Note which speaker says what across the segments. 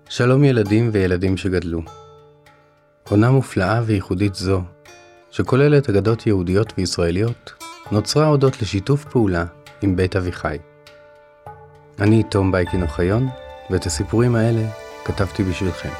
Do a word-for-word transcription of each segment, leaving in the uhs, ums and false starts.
Speaker 1: שלום ילדים וילדים שגדלו. עונה מופלאה וייחודית זו, שכוללת אגדות יהודיות וישראליות, נוצרה הודות לשיתוף פעולה עם בית אביחי. אני תום בייקין אוחיון, ואת הסיפורים האלה כתבתי בשבילכם.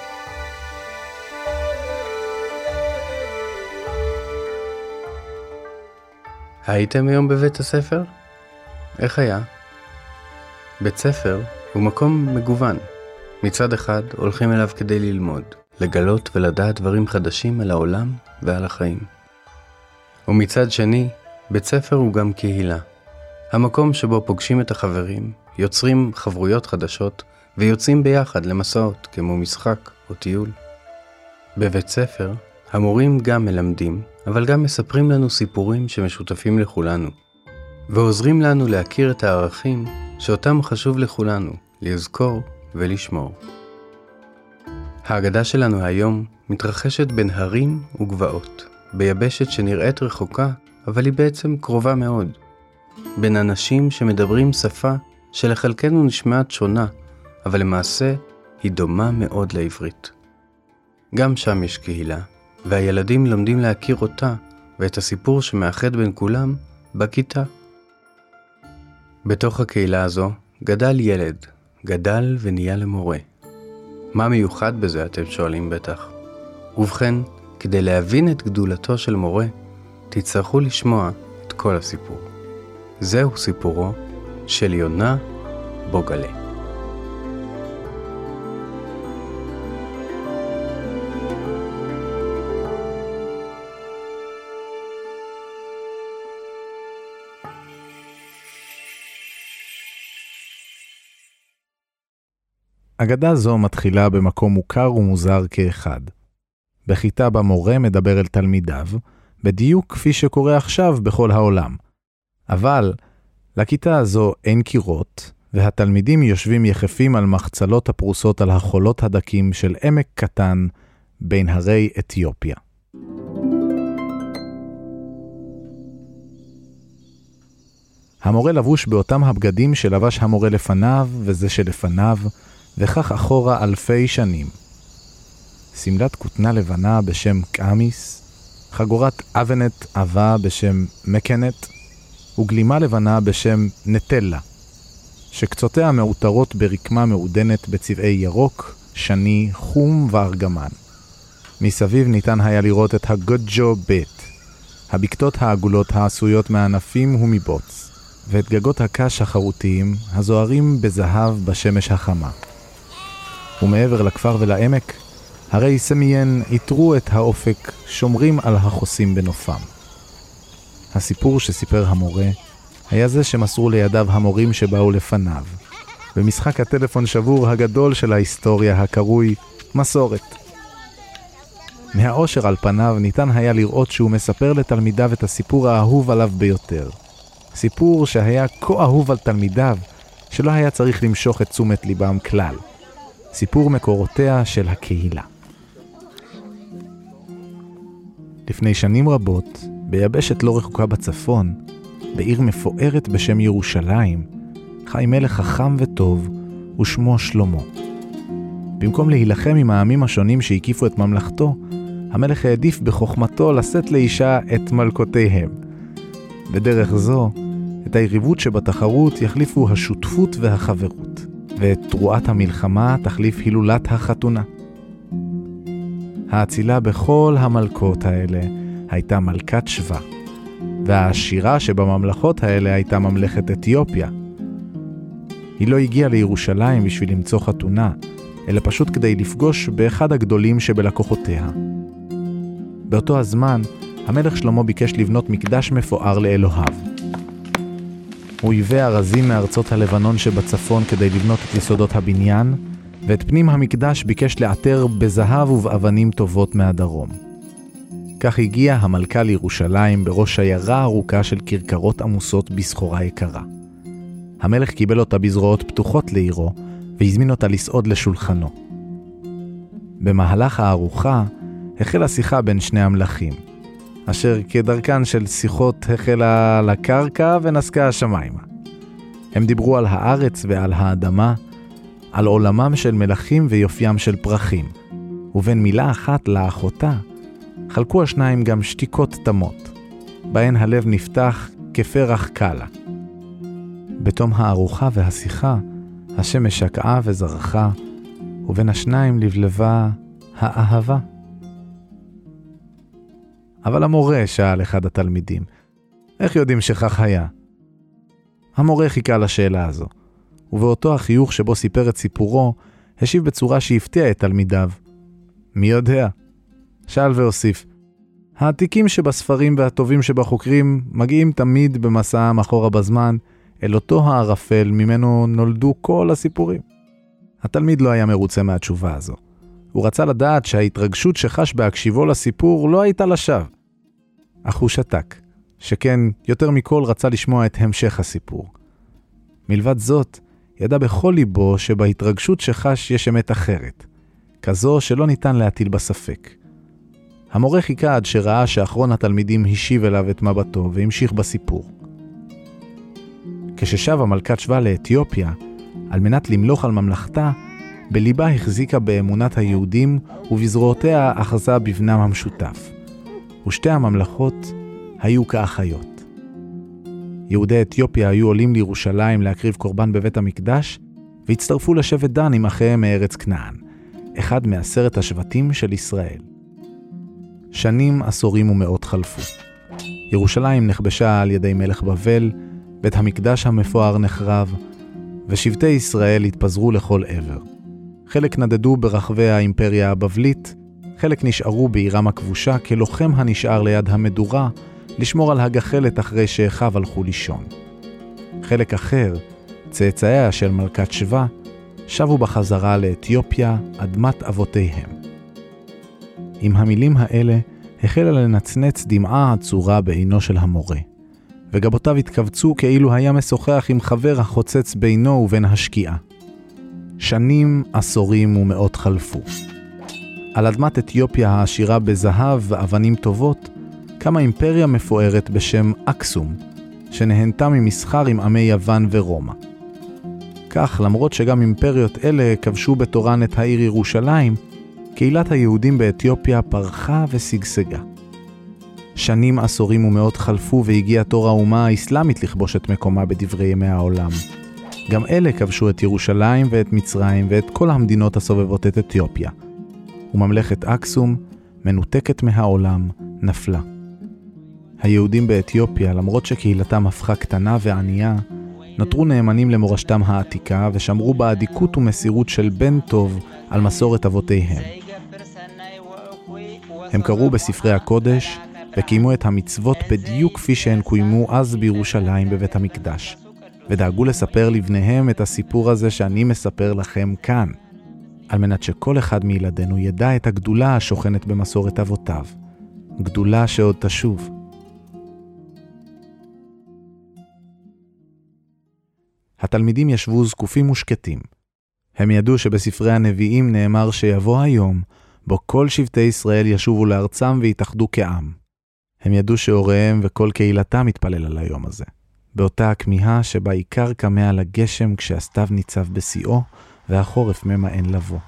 Speaker 1: הייתם היום בבית הספר? איך היה? בית ספר הוא מקום מגוון. מצד אחד הולכים אליו כדי ללמוד, לגלות ולדעת דברים חדשים על העולם ועל החיים. ומצד שני, בית ספר הוא גם קהילה. המקום שבו פוגשים את החברים, יוצרים חברויות חדשות ויוצאים ביחד למסעות כמו משחק או טיול. בבית ספר, המורים גם מלמדים, אבל גם מספרים לנו סיפורים שמשותפים לכולנו, ועוזרים לנו להכיר את הערכים שאותם חשוב לכולנו, לזכור ולשמור. ההגדה שלנו היום מתרחשת בין הרים וגבעות, ביבשת שנראית רחוקה, אבל היא בעצם קרובה מאוד. בין אנשים שמדברים שפה שלחלקנו נשמעת שונה, אבל למעשה היא דומה מאוד לעברית. גם שם יש קהילה, והילדים לומדים להכיר אותה ואת הסיפור שמאחד בין כולם בכיתה. בתוך הקהילה הזו גדל ילד, גדל ונהיה למורה. מה מיוחד בזה אתם שואלים בטח? ובכן, כדי להבין את גדולתו של מורה, תצטרכו לשמוע את כל הסיפור. זהו סיפורו של יונה בוגלה.
Speaker 2: אגדה זו מתחילה במקום מוכר ומוזר כאחד. בכיתה בה מורה מדבר אל תלמידיו, בדיוק כפי שקורה עכשיו בכל העולם. אבל לכיתה הזו אין קירות, והתלמידים יושבים יחפים על מחצלות הפרוסות על החולות הדקים של עמק קטן בין הרי אתיופיה. המורה לבוש באותם הבגדים שלבש המורה לפניו וזה שלפניו, וכך אחורה אלפי שנים. סמלת כותנה לבנה בשם קאמיס, חגורת אבנת עבה בשם מקנת, וגלימה לבנה בשם נטלה, שקצותיה מאותרות ברקמה מעודנת בצבעי ירוק, שני, חום וארגמן. מסביב ניתן היה לראות את הגודג'ו בית, הבקתות העגולות העשויות מענפים ומבוץ, ואת גגות הקש החרוטיים הזוהרים בזהב בשמש החמה. ומעבר לכפר ולעמק, הרי סמיין יתרו את האופק, שומרים על החוסים בנופם. הסיפור שסיפר המורה היה זה שמסרו לידיו המורים שבאו לפניו, במשחק הטלפון שבור הגדול של ההיסטוריה הקרוי מסורת. מהאושר על פניו ניתן היה לראות שהוא מספר לתלמידיו את הסיפור האהוב עליו ביותר. סיפור שהיה כה אהוב על תלמידיו שלא היה צריך למשוך את תשומת ליבם כלל. סיפור מקורותיה של הקהילה. לפני שנים רבות, ביבשת לא רחוקה בצפון, בעיר מפוארת בשם ירושלים, חי מלך חכם וטוב, ושמו שלמה. במקום להילחם עם העמים השונים שהקיפו את ממלכתו, המלך העדיף בחוכמתו לשאת לאישה את מלכותיהם. בדרך זו, את היריבות שבתחרות יחליפו השותפות והחברות, ואת תרועת המלחמה תחליף הילולת החתונה. האצילה בכל המלכות האלה הייתה מלכת שבא, והעשירה שבממלכות האלה הייתה ממלכת אתיופיה. היא לא הגיעה לירושלים בשביל למצוא חתונה, אלא פשוט כדי לפגוש באחד הגדולים שבלקוחותיה. באותו הזמן, המלך שלמה ביקש לבנות מקדש מפואר לאלוהיו. הוא ייבא ארזים מארצות הלבנון שבצפון כדי לבנות את יסודות הבניין, ואת פנים המקדש ביקש לאתר בזהב ובאבנים טובות מהדרום. כך הגיעה המלכה לירושלים בראש שיירה ארוכה של כרכרות עמוסות בסחורה יקרה. המלך קיבל אותה בזרועות פתוחות לעירו, והזמין אותה לסעוד לשולחנו. במהלך הארוחה החלה שיחה בין שני המלכים, אשר כדרכן של שיחות החלה על הקרקע ונסקה השמיימה. הם דיברו על הארץ ועל האדמה, על עולמם של מלכים ויופיים של פרחים, ובין מילה אחת לאחותה, חלקו השניים גם שתיקות תמות, בהן הלב נפתח כפרח קלה. בתום הארוחה והשיחה, השמש שקעה וזרחה, ובין השניים לבלבה האהבה. אבל המורה שאל אחד התלמידים, איך יודעים שכך היה? המורה חיכה לשאלה הזו, ובאותו החיוך שבו סיפר את סיפורו, השיב בצורה שהפתיע את תלמידיו. מי יודע? שאל והוסיף, העתיקים שבספרים והטובים שבחוקרים מגיעים תמיד במסעם אחורה בזמן, אל אותו הערפל ממנו נולדו כל הסיפורים. התלמיד לא היה מרוצה מהתשובה הזו. הוא רצה לדעת שההתרגשות שחש בהקשיבו לסיפור לא הייתה לשווא. אך הוא שתק, שכן יותר מכל רצה לשמוע את המשך הסיפור. מלבד זאת, ידע בכל ליבו שבהתרגשות שחש יש אמת אחרת, כזו שלא ניתן להטיל בספק. המורה חיכה עד שראה שאחרון התלמידים השיב אליו את מבטו והמשיך בסיפור. כששב המלכת שבא לאתיופיה, על מנת למלוך על ממלכתה, בליבה החזיקה באמונת היהודים ובזרועותיה אחזה בבנם המשותף. ושתי הממלכות היו כאחיות. יהודי אתיופיה היו עולים לירושלים להקריב קורבן בבית המקדש, והצטרפו לשבט דן עם אחיהם מארץ כנען, אחד מעשרת השבטים של ישראל. שנים, עשורים ומאות חלפו. ירושלים נכבשה על ידי מלך בבל, בית המקדש המפואר נחרב, ושבטי ישראל התפזרו לכל עבר. חלק נדדו ברחבי האימפריה הבבלית, חלק נשארו בעירם הכבושה כלוחם הנשאר ליד המדורה, לשמור על הגחלת אחרי שאחיו הלכו לישון. חלק אחר, צאצאיה של מלכת שבא, שבו בחזרה לאתיופיה, אדמת אבותיהם. עם המילים האלה החלה לנצנץ דמעה עצורה בעינו של המורה, וגבותיו התכווצו כאילו היה משוחח עם חבר החוצץ בינו ובין השקיעה. שנים, עשורים ומאות חלפו. על אדמת אתיופיה העשירה בזהב ואבנים טובות, קמה אימפריה מפוארת בשם אקסום, שנהנתה ממסחר עם עמי יוון ורומא. כך, למרות שגם אימפריות אלה כבשו בתורן את העיר ירושלים, קהילת היהודים באתיופיה פרחה ושגשגה. שנים, עשורים ומאות חלפו והגיע תור האומה האסלאמית לכבוש את מקומה בדברי ימי העולם. גם אלה כבשו את ירושלים ואת מצרים ואת כל המדינות הסובבות את אתיופיה. וממלכת אקסום, מנותקת מהעולם, נפלה. היהודים באתיופיה, למרות שקהילתם הפכה קטנה וענייה, נותרו נאמנים למורשתם העתיקה ושמרו באדיקות ומסירות של בן טוב על מסורת אבותיהם. הם קראו בספרי הקודש וקיימו את המצוות בדיוק כפי שהן קוימו אז בירושלים בבית המקדש, ודאגו לספר לבניהם את הסיפור הזה שאני מספר לכם כאן, על מנת שכל אחד מילדינו ידע את הגדולה השוכנת במסורת אבותיו, גדולה שעוד תשוב. התלמידים ישבו זקופים ושקטים. הם ידעו שבספרי הנביאים נאמר שיבוא היום, בו כל שבטי ישראל ישובו לארצם ויתאחדו כעם. הם ידעו שהוריהם וכל קהילתם מתפלל על היום הזה, באותה הכמיהה שבה עיקר קמה על הגשם כשהסתיו ניצב בשיאו והחורף ממאן לבוא.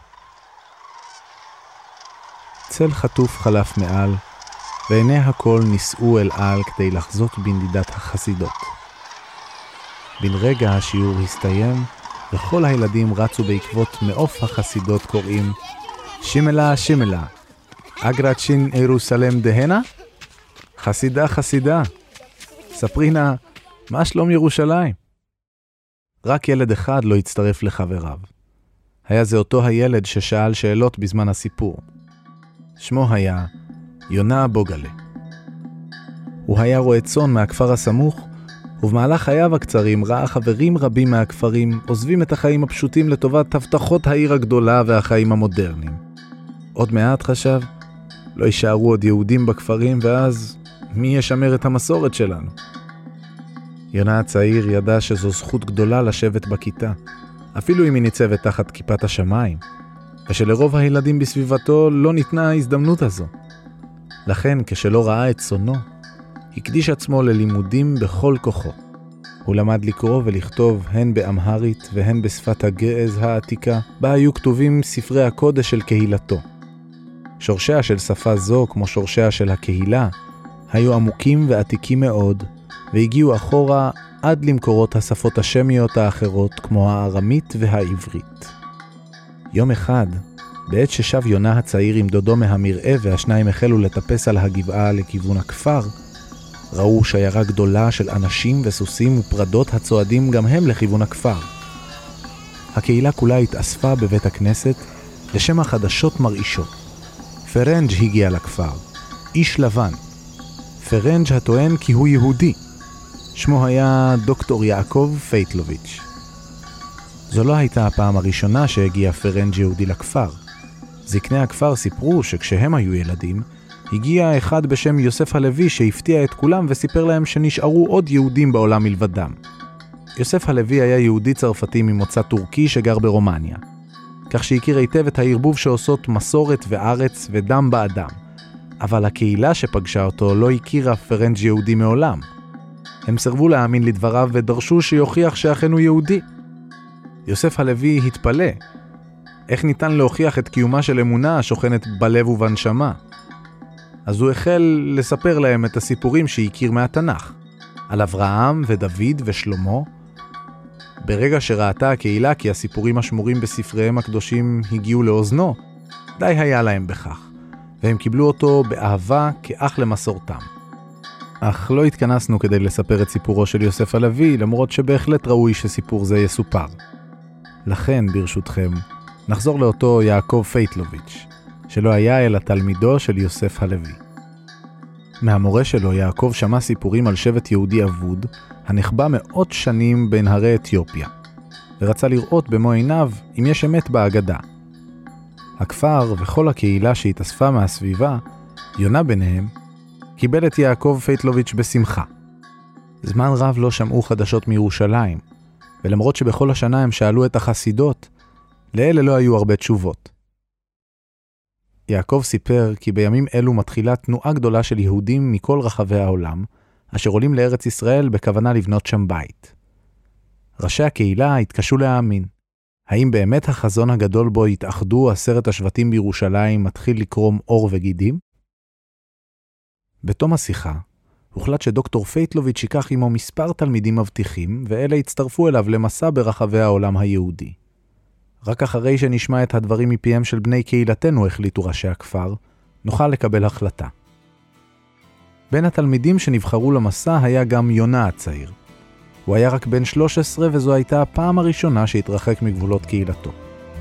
Speaker 2: צל חטוף חלף מעל, ועיני הכל נישאו אל על כדי לחזות בנדידת החסידות. בן רגע השיעור הסתיים, וכל הילדים רצו בעקבות מעוף החסידות קוראים, שימלה שימלה, אגרצ'ין ירוסלם דהנה? חסידה חסידה, ספרינה, מה שלום ירושלים? רק ילד אחד לא הצטרף לחבריו. היה זה אותו הילד ששאל שאלות בזמן הסיפור. שמו היה יונה בוגלה. הוא היה רועה צאן מהכפר הסמוך, ובמהלך חייו הקצרים ראה חברים רבים מהכפרים עוזבים את החיים הפשוטים לטובת הבטחות העיר הגדולה והחיים המודרניים. עוד מעט חשב, לא יישארו עוד יהודים בכפרים, ואז מי ישמר את המסורת שלנו? יונה הצעיר ידע שזו זכות גדולה לשבת בכיתה, אפילו אם היא ניצבת תחת כיפת השמיים, ושלרוב הילדים בסביבתו לא ניתנה ההזדמנות הזו. לכן, כשלא ראה את צונו, הקדיש עצמו ללימודים בכל כוחו. הוא למד לקרוא ולכתוב הן באמהרית והן בשפת הגעז העתיקה, בה היו כתובים ספרי הקודש של קהילתו. שורשיה של שפה זו, כמו שורשיה של הקהילה, היו עמוקים ועתיקים מאוד, והגיעו אחורה עד למקורות השפות השמיות האחרות, כמו הארמית והעברית. יום אחד, בעת ששב יונה הצעיר עם דודו מהמראה והשניים החלו לטפס על הגבעה לכיוון הכפר, ראו שיירה גדולה של אנשים וסוסים ופרדות הצועדים גם הם לכיוון הכפר. הקהילה כולה התאספה בבית הכנסת לשם החדשות מרעישות. פרנג' הגיע לכפר, איש לבן. פרנג' הטוען כי הוא יהודי. שמו היה דוקטור יעקב פייטלוביץ'. זו לא הייתה הפעם הראשונה שהגיע פרנג' יהודי לכפר. זקני הכפר סיפרו שכשהם היו ילדים, הגיע אחד בשם יוסף הלוי שהפתיע את כולם וסיפר להם שנשארו עוד יהודים בעולם מלבדם. יוסף הלוי היה יהודי צרפתי ממוצא טורקי שגר ברומניה, כך שהכיר היטב את הערבוב שעושות מסורת וארץ ודם באדם. אבל הקהילה שפגשה אותו לא הכירה פרנג' יהודי מעולם. הם סרבו להאמין לדבריו ודרשו שיוכיח שאכן הוא יהודי. יוסף הלוי התפלא. איך ניתן להוכיח את קיומה של אמונה השוכנת בלב ובנשמה? אז הוא החל לספר להם את הסיפורים שהכיר מהתנ"ך, על אברהם ודוד ושלמה. ברגע שראתה הקהילה כי הסיפורים השמורים בספריהם הקדושים הגיעו לאוזנו, די היה להם בכך, והם קיבלו אותו באהבה כאח למסורתם. אך לא התכנסנו כדי לספר את סיפורו של יוסף הלוי, למרות שבהחלט ראוי שסיפור זה יסופר. לכן, ברשותכם, נחזור לאותו יעקב פייטלוביץ', שלא היה אלא תלמידו של יוסף הלוי. מהמורה שלו יעקב שמע סיפורים על שבט יהודי אבוד, הנחבא מאות שנים בין הרי אתיופיה, ורצה לראות במו עיניו אם יש אמת באגדה. הכפר וכל הקהילה שהתאספה מהסביבה, יונה ביניהם, קיבל את יעקב פייטלוביץ' בשמחה. זמן רב לא שמעו חדשות מירושלים, ולמרות שבכל השנה הם שאלו את החסידות, לאלה לא היו הרבה תשובות. יעקב סיפר כי בימים אלו מתחילה תנועה גדולה של יהודים מכל רחבי העולם, אשר עולים לארץ ישראל בכוונה לבנות שם בית. ראשי הקהילה התקשו להאמין. האם באמת החזון הגדול בו התאחדו עשרת השבטים בירושלים מתחיל לקרום אור וגידים? בתום השיחה, הוחלט שדוקטור פייטלוביץ' ייקח עמו מספר תלמידים מבטיחים, ואלה הצטרפו אליו למסע ברחבי העולם היהודי. רק אחרי שנשמע את הדברים מפיהם של בני קהילתנו, החליטו ראשי הכפר, נוכל לקבל החלטה. בין התלמידים שנבחרו למסע היה גם יונה הצעיר. הוא היה רק בן שלוש עשרה וזו הייתה הפעם הראשונה שהתרחק מגבולות קהילתו.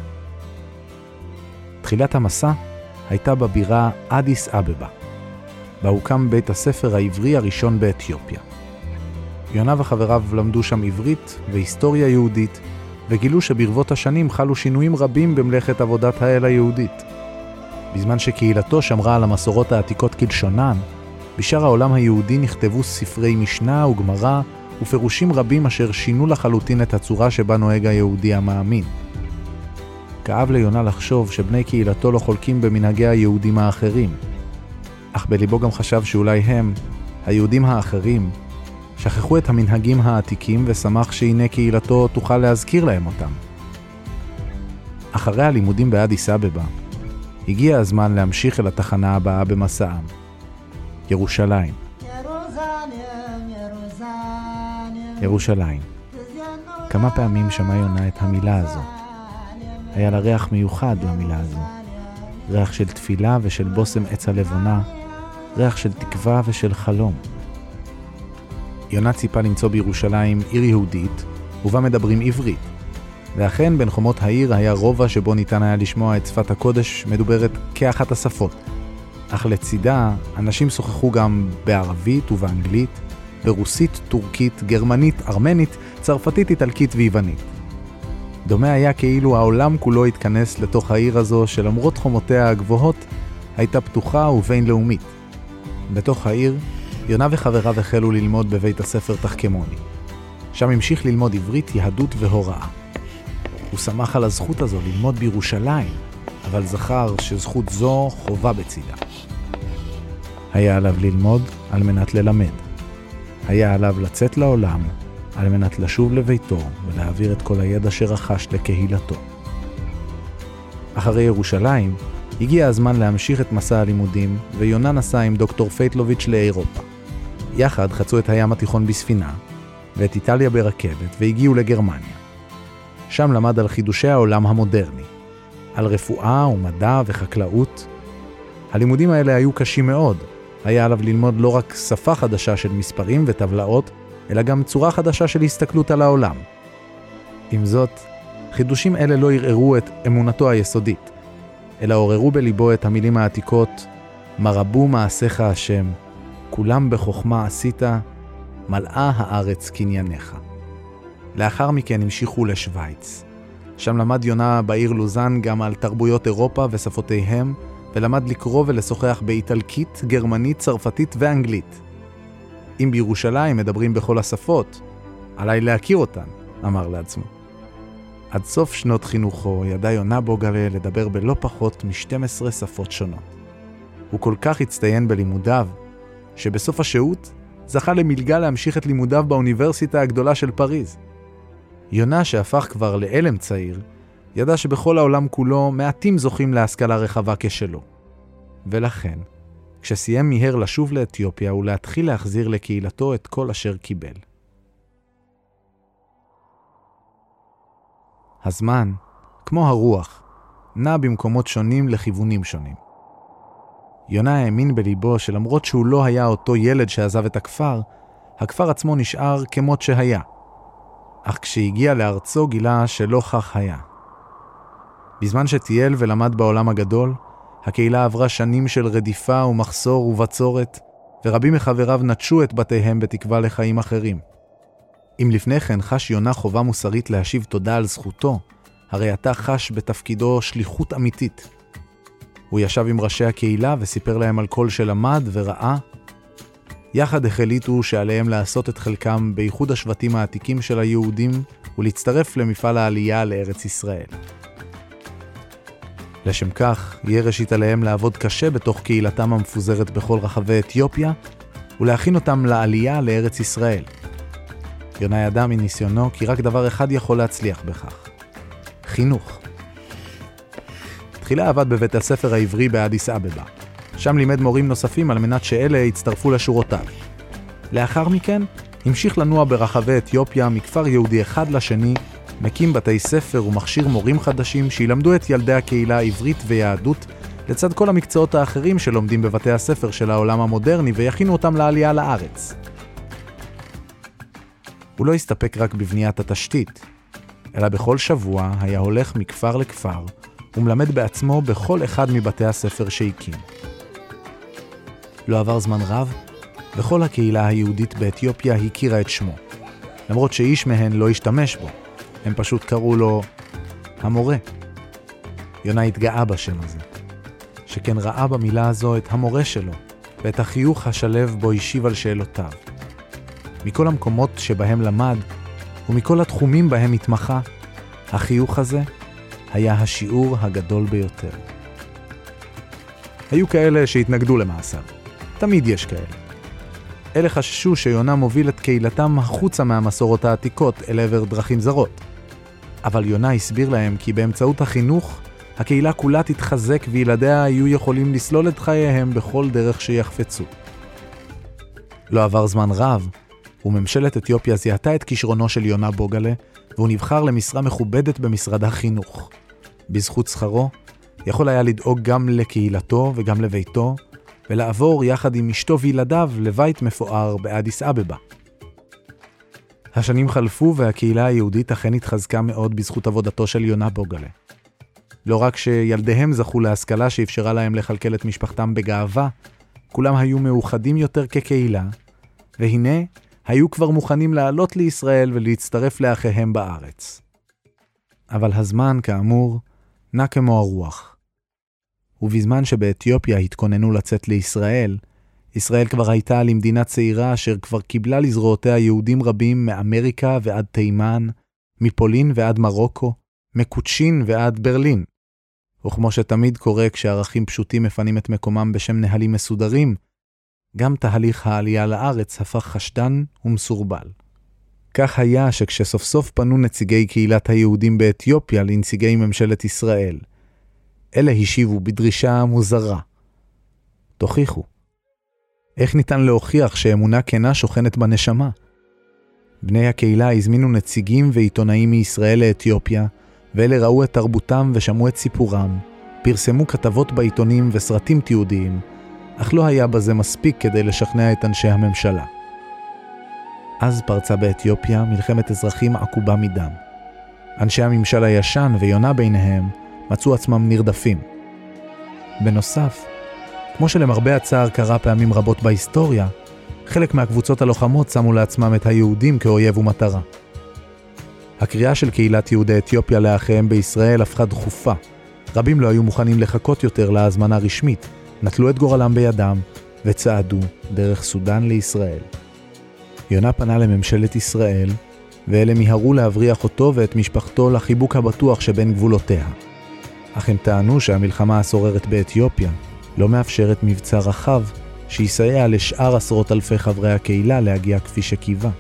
Speaker 2: תחילת המסע הייתה בבירה אדיס אבבה, בה הוקם בית הספר העברי הראשון באתיופיה. יונה וחבריו למדו שם עברית והיסטוריה יהודית, וגילו שברבות השנים חלו שינויים רבים במלאכת עבודת האל היהודית. בזמן שקהילתו שמרה על המסורות העתיקות כלשונן, בשאר העולם היהודי נכתבו ספרי משנה וגמרא ופירושים רבים אשר שינו לחלוטין את הצורה שבה נוהג היהודי המאמין. כאב ליונה לחשוב שבני קהילתו לא חולקים במנהגי היהודים האחרים, אך בליבו גם חשב שאולי הם, היהודים האחרים, שכחו את המנהגים העתיקים ושמח שהנה קהילתו תוכל להזכיר להם אותם. אחרי הלימודים באדיס אבבה, הגיע הזמן להמשיך אל התחנה הבאה במסעם, ירושלים. ירושלים. כמה פעמים שמע יונה את המילה הזו. היה לה ריח מיוחד למילה הזו. ריח של תפילה ושל בוסם עץ הלבונה, ריח של תקווה ושל חלום. יונה ציפה למצוא בירושלים עיר יהודית, ובה מדברים עברית. ואכן בין חומות העיר היה רובע שבו ניתן היה לשמוע את שפת הקודש מדוברת כאחת השפות. אך לצידה, אנשים שוחחו גם בערבית ובאנגלית, ברוסית, טורקית, גרמנית, ארמנית, צרפתית, איטלקית ויוונית. דומה היה כאילו העולם כולו התכנס לתוך העיר הזו שלמרות חומותיה הגבוהות, הייתה פתוחה ובינלאומית. בתוך העיר, יונה וחבריו החלו ללמוד בבית הספר תחכמוני. שם המשיך ללמוד עברית, יהדות והוראה. הוא שמח על הזכות הזו ללמוד בירושלים, אבל זכר שזכות זו חובה בצידה. היה עליו ללמוד על מנת ללמד. היה עליו לצאת לעולם על מנת לשוב לביתו ולהעביר את כל הידע שרכש לקהילתו. אחרי ירושלים, הגיע הזמן להמשיך את מסע הלימודים, ויונה נסע עם דוקטור פייטלוביץ' לאירופה. יחד חצו את הים התיכון בספינה, ואת איטליה ברכבת, והגיעו לגרמניה. שם למד על חידושי העולם המודרני, על רפואה ומדע וחקלאות. הלימודים האלה היו קשים מאוד. היה עליו ללמוד לא רק שפה חדשה של מספרים וטבלאות, אלא גם צורה חדשה של הסתכלות על העולם. עם זאת, חידושים אלה לא ערערו את אמונתו היסודית, אלא עוררו בליבו את המילים העתיקות, מה רבו מעשיך השם, כולם בחוכמה עשית, מלאה הארץ קנייניך. לאחר מכן המשיכו לשוויץ. שם למד יונה בעיר לוזן גם על תרבויות אירופה ושפותיהם, ולמד לקרוא ולשוחח באיטלקית, גרמנית, צרפתית ואנגלית. אם בירושלים מדברים בכל השפות, עליי להכיר אותן, אמר לעצמו. עד סוף שנות חינוכו ידע יונה בוגלה לדבר בלא פחות מ-שתים עשרה שפות שונות. הוא כל כך הצטיין בלימודיו, שבסוף השהות זכה למלגה להמשיך את לימודיו באוניברסיטה הגדולה של פריז. יונה, שהפך כבר לאלם צעיר, ידע שבכל העולם כולו מעטים זוכים להשכלה רחבה כשלו. ולכן, כשסיים מיהר לשוב לאתיופיה ולהתחיל להחזיר לקהילתו את כל אשר קיבל. הזמן, כמו הרוח, נע במקומות שונים לכיוונים שונים. יונה האמין בליבו שלמרות שהוא לא היה אותו ילד שעזב את הכפר, הכפר עצמו נשאר כמות שהיה. אך כשהגיע לארצו גילה שלא כך היה. בזמן שטייל ולמד בעולם הגדול, הקהילה עברה שנים של רדיפה ומחסור ובצורת, ורבים מחבריו נטשו את בתיהם בתקווה לחיים אחרים. אם לפני כן חש יונה חובה מוסרית להשיב תודה על זכותו, הרי אתה חש בתפקידו שליחות אמיתית. הוא ישב עם ראשי הקהילה וסיפר להם על כל שלמד וראה. יחד החליטו שעליהם לעשות את חלקם בייחוד השבטים העתיקים של היהודים ולהצטרף למפעל העלייה לארץ ישראל. לשם כך, יהיה ראשית עליהם לעבוד קשה בתוך קהילתם המפוזרת בכל רחבי אתיופיה ולהכין אותם לעלייה לארץ ישראל. יונה ידע מניסיונו כי רק דבר אחד יכול להצליח בכך. חינוך. תחילה עבד בבית הספר העברי באדיס אבבה. שם לימד מורים נוספים על מנת שאלה יצטרפו לשורותיו. לאחר מכן המשיך לנוע ברחבי אתיופיה מכפר יהודי אחד לשני, מקים בתי ספר ומכשיר מורים חדשים שילמדו את ילדי הקהילה העברית ויהדות לצד כל המקצועות האחרים שלומדים בבתי הספר של העולם המודרני ויכינו אותם לעלייה לארץ. הוא לא הסתפק רק בבניית התשתית, אלא בכל שבוע היה הולך מכפר לכפר ומלמד בעצמו בכל אחד מבתי הספר שהקים. לא עבר זמן רב, וכל הקהילה היהודית באתיופיה הכירה את שמו, למרות שאיש מהן לא השתמש בו, הם פשוט קראו לו המורה. יונה התגאה בשם הזה, שכן ראה במילה הזו את המורה שלו, ואת החיוך השלב בו השיב על שאלותיו. מכל המקומות שבהם למד, ומכל התחומים בהם התמחה, החיוך הזה היה השיעור הגדול ביותר. היו כאלה שהתנגדו למעשיו. תמיד יש כאלה. אלה חששו שיונה מוביל את קהילתם החוצה מהמסורות העתיקות אל עבר דרכים זרות. אבל יונה הסביר להם כי באמצעות החינוך, הקהילה כולה תתחזק וילדיה היו יכולים לסלול את חייהם בכל דרך שיחפצו. לא עבר זמן רב, וממשלת אתיופיה זיהתה את כישרונו של יונה בוגלה, והוא נבחר למשרה מכובדת במשרד החינוך. בזכות שכרו, יכול היה לדאוג גם לקהילתו וגם לביתו, ולעבור יחד עם אשתו וילדיו לבית מפואר באדיס אבבה. השנים חלפו והקהילה היהודית אכן התחזקה מאוד בזכות עבודתו של יונה בוגלה. לא רק שילדיהם זכו להשכלה שאפשרה להם לכלכל את משפחתם בגאווה, כולם היו מאוחדים יותר כקהילה, והנה היו כבר מוכנים לעלות לישראל ולהצטרף לאחיהם בארץ. אבל הזמן, כאמור, נע כמו הרוח. ובזמן שבאתיופיה התכוננו לצאת לישראל, ישראל כבר הייתה למדינה צעירה אשר כבר קיבלה לזרועותיה יהודים רבים מאמריקה ועד תימן, מפולין ועד מרוקו, מקוצ'ין ועד ברלין. וכמו שתמיד קורה כשערכים פשוטים מפנים את מקומם בשם נהלים מסודרים, גם תהליך העלייה לארץ הפך חשדן ומסורבל. כך היה שכשסוף סוף פנו נציגי קהילת היהודים באתיופיה לנציגי ממשלת ישראל, אלה השיבו בדרישה מוזרה. תוכיחו. איך ניתן להוכיח שאמונה כנה שוכנת בנשמה? בני הקהילה הזמינו נציגים ועיתונאים מישראל לאתיופיה, ואלה ראו את תרבותם ושמעו את סיפורם, פרסמו כתבות בעיתונים וסרטים תיעודיים, אך לא היה בזה מספיק כדי לשכנע את אנשי הממשלה. אז פרצה באתיופיה מלחמת אזרחים עקובה מדם. אנשי הממשל הישן ויונה ביניהם מצאו עצמם נרדפים. בנוסף, כמו שלמרבה הצער קרה פעמים רבות בהיסטוריה, חלק מהקבוצות הלוחמות שמו לעצמם את היהודים כאויב ומטרה. הקריאה של קהילת יהודי אתיופיה לאחיהם בישראל הפכה דחופה. רבים לא היו מוכנים לחכות יותר להזמנה רשמית, נטלו את גורלם בידם וצעדו דרך סודן לישראל. יונה פנה לממשלת ישראל, ואלה מיהרו להבריח אותו ואת משפחתו לחיבוק הבטוח שבין גבולותיה. אך הם טענו שהמלחמה הסוררת באתיופיה לא מאפשרת מבצע רחב שיסייע לשאר עשרות אלפי חברי הקהילה להגיע כפי שקיווה.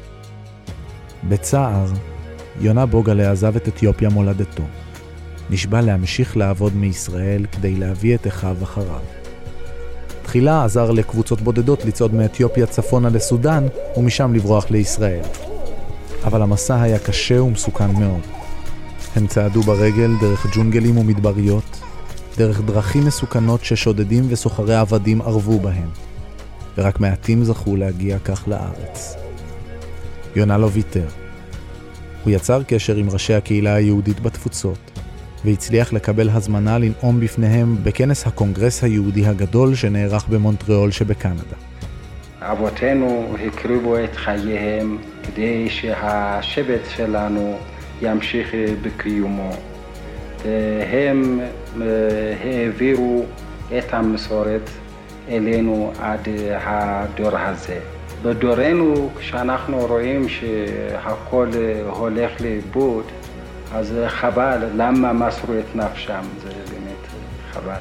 Speaker 2: בצער, יונה בוגלה עזב את אתיופיה מולדתו. נשבע להמשיך לעבוד מישראל כדי להביא את אחיו אחריו. תחילה עזר לקבוצות בודדות לצעוד מאתיופיה צפונה לסודן ומשם לברוח לישראל. אבל המסע היה קשה ומסוכן מאוד. הם צעדו ברגל דרך ג'ונגלים ומדבריות, דרך דרכים מסוכנות ששודדים וסוחרי עבדים ערבו בהם, ורק מעטים זכו להגיע כך לארץ. יונה לא ויתר. הוא יצר קשר עם ראשי הקהילה היהודית בתפוצות, והצליח לקבל הזמנה לנאום בפניהם בכנס הקונגרס היהודי הגדול שנערך במונטריאול שבקנדה.
Speaker 3: אבותינו הקריבו את חייהם כדי שהשבט שלנו ימשיך בקיומו. הם העבירו את המסורת אלינו עד הדור הזה. בדורנו, כשאנחנו רואים שהכל הולך לאיבוד, אז חבל, למה מסרו את נפשם? זה באמת חבל.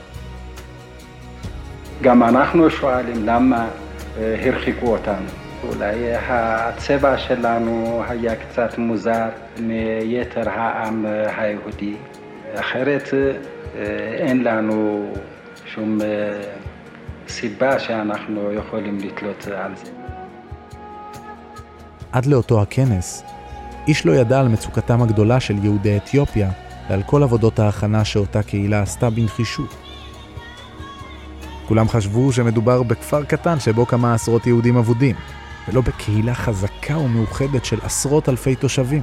Speaker 3: גם אנחנו שואלים למה הרחיקו אותנו. אולי הצבע שלנו היה קצת מוזר מיתר העם היהודי. אחרת אין לנו שום סיבה שאנחנו יכולים לתלות על זה.
Speaker 2: עד לאותו הכנס, איש לא ידע על מצוקתם הגדולה של יהודי אתיופיה ועל כל עבודות ההכנה שאותה קהילה עשתה בנחישות. כולם חשבו שמדובר בכפר קטן שבו כמה עשרות יהודים אבודים, ולא בקהילה חזקה ומאוחדת של עשרות אלפי תושבים.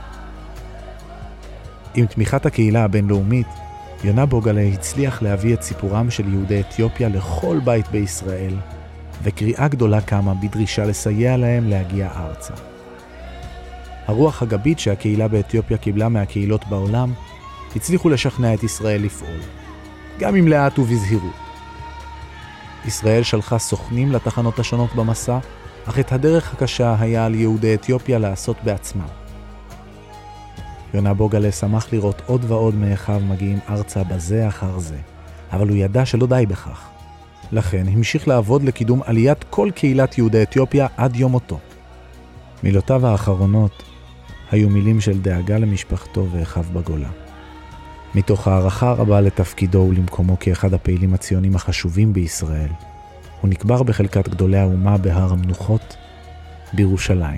Speaker 2: עם תמיכת הקהילה הבינלאומית, יונה בוגלה הצליח להביא את סיפורם של יהודי אתיופיה לכל בית בישראל, וקריאה גדולה קמה בדרישה לסייע להם להגיע ארצה. הרוח הגבית שהקהילה באתיופיה קיבלה מהקהילות בעולם, הצליחו לשכנע את ישראל לפעול, גם אם לאט ובזהירות. ישראל שלחה סוכנים לתחנות השונות במסע, אך את הדרך הקשה היה על יהודי אתיופיה לעשות בעצמם. יונה בוגלה שמח לראות עוד ועוד מאחיו מגיעים ארצה בזה אחר זה, אבל הוא ידע שלא די בכך. לכן המשיך לעבוד לקידום עליית כל קהילת יהודי אתיופיה עד יום מותו. מילותיו האחרונות היו מילים של דאגה למשפחתו ואחיו בגולה. מתוך הערכה רבה לתפקידו ולמקומו כאחד הפעילים הציונים החשובים בישראל, הוא נקבר בחלקת גדולי האומה בהר המנוחות בירושלים.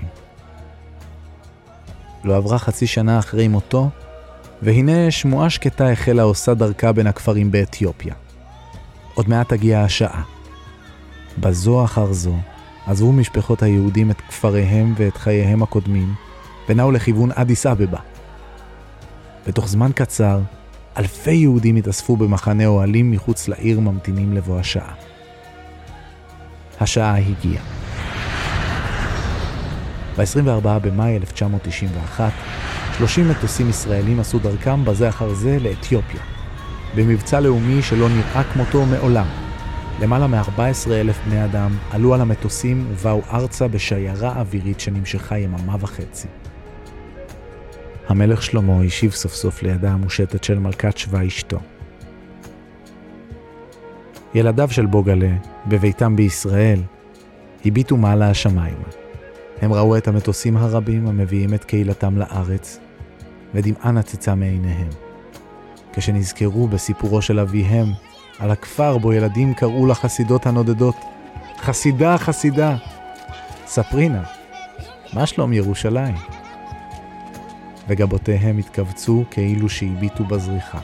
Speaker 2: לא עברה חצי שנה אחרי מותו, והנה שמועה שקטה החלה עושה דרכה בין הכפרים באתיופיה. עוד מעט תגיע השעה. בזו אחר זו עזבו משפחות היהודים את כפריהם ואת חייהם הקודמים, ונעו לכיוון אדיס אבבה. בתוך זמן קצר, אלפי יהודים התאספו במחנה אוהלים מחוץ לעיר ממתינים לבוא השעה. השעה הגיעה. ב-עשרים וארבעה במאי אלף תשע מאות תשעים ואחת, שלושים מטוסים ישראלים עשו דרכם בזה אחר זה לאתיופיה, במבצע לאומי שלא נראה כמותו מעולם. למעלה מ-ארבעה עשר אלף בני אדם עלו על המטוסים ובאו ארצה בשיירה אווירית שנמשכה יממה וחצי. המלך שלמה השיב סוף סוף לידה המושטת של מלכת שבא אשתו. ילדיו של בוגלה, בביתם בישראל, הביטו מעלה השמיים. הם ראו את המטוסים הרבים המביאים את קהילתם לארץ, ודמעה נצצה מעיניהם. כשנזכרו בסיפורו של אביהם, על הכפר בו ילדים קראו לחסידות הנודדות, חסידה, חסידה, ספרינה, מה שלום ירושלים? וגבותיהם התכווצו כאילו שהביטו בזריחה.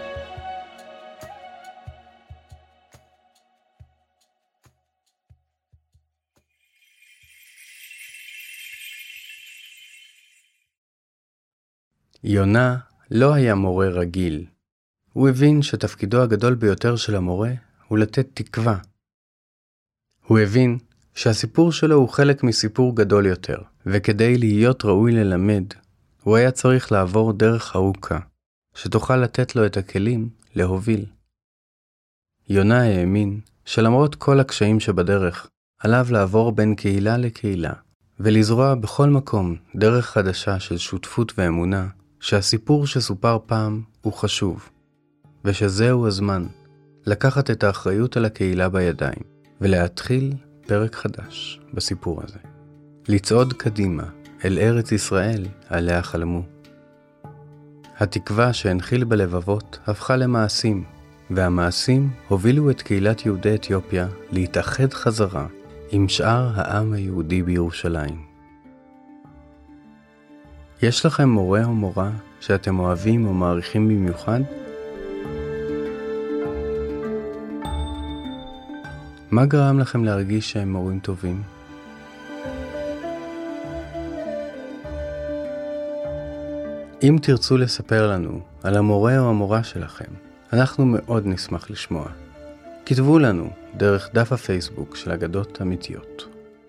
Speaker 1: יונה לא היה מורה רגיל. הוא הבין שתפקידו הגדול ביותר של המורה הוא לתת תקווה. הוא הבין שהסיפור שלו הוא חלק מסיפור גדול יותר, וכדי להיות ראוי ללמד, הוא היה צריך לעבור דרך ארוכה, שתוכל לתת לו את הכלים להוביל. יונה האמין שלמרות כל הקשיים שבדרך, עליו לעבור בין קהילה לקהילה, ולזרוע בכל מקום דרך חדשה של שותפות ואמונה, שהסיפור שסופר פעם הוא חשוב, ושזהו הזמן לקחת את האחריות על הקהילה בידיים, ולהתחיל פרק חדש בסיפור הזה. לצעוד קדימה אל ארץ ישראל עליה חלמו. התקווה שהנחיל בלבבות הפכה למעשים, והמעשים הובילו את קהילת יהודי אתיופיה להתאחד חזרה עם שאר העם היהודי בירושלים. יש לכם מורה או מורה שאתם אוהבים או מעריכים במיוחד? מה גרם לכם להרגיש שהם מורים טובים? אם תרצו לספר לנו על המורה או המורה שלכם, אנחנו מאוד נשמח לשמוע. כתבו לנו דרך דף הפייסבוק של אגדות אמיתיות.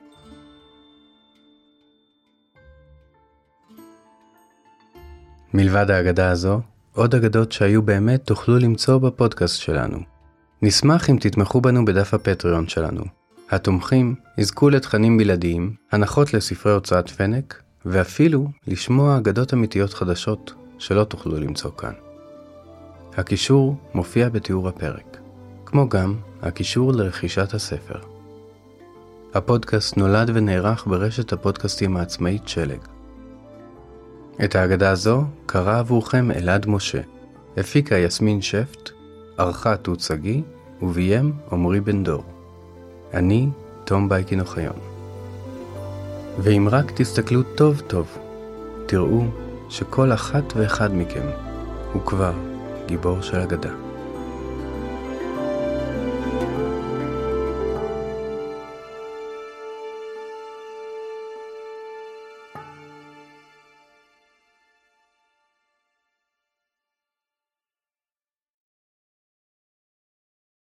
Speaker 1: מלבד האגדה הזו, עוד אגדות שהיו באמת תוכלו למצוא בפודקאסט שלנו. נשמח אם תתמכו בנו בדף הפטריון שלנו. התומכים יזכו לתכנים בלעדיים, הנחות לספרי הוצאת פנק, ואפילו לשמוע אגדות אמיתיות חדשות שלא תוכלו למצוא כאן. הקישור מופיע בתיאור הפרק, כמו גם הקישור לרכישת הספר. הפודקאסט נולד ונערך ברשת הפודקאסטים העצמאית שלג. את האגדה הזו קרא עבורכם אלעד משה, הפיקה יסמין שפט, ערכה תות שגיא וביים עמרי בן דור. אני תום בייקין אוחיון. ואם רק תסתכלו טוב טוב, תראו שכל אחת ואחד מכם הוא כבר גיבור של אגדה.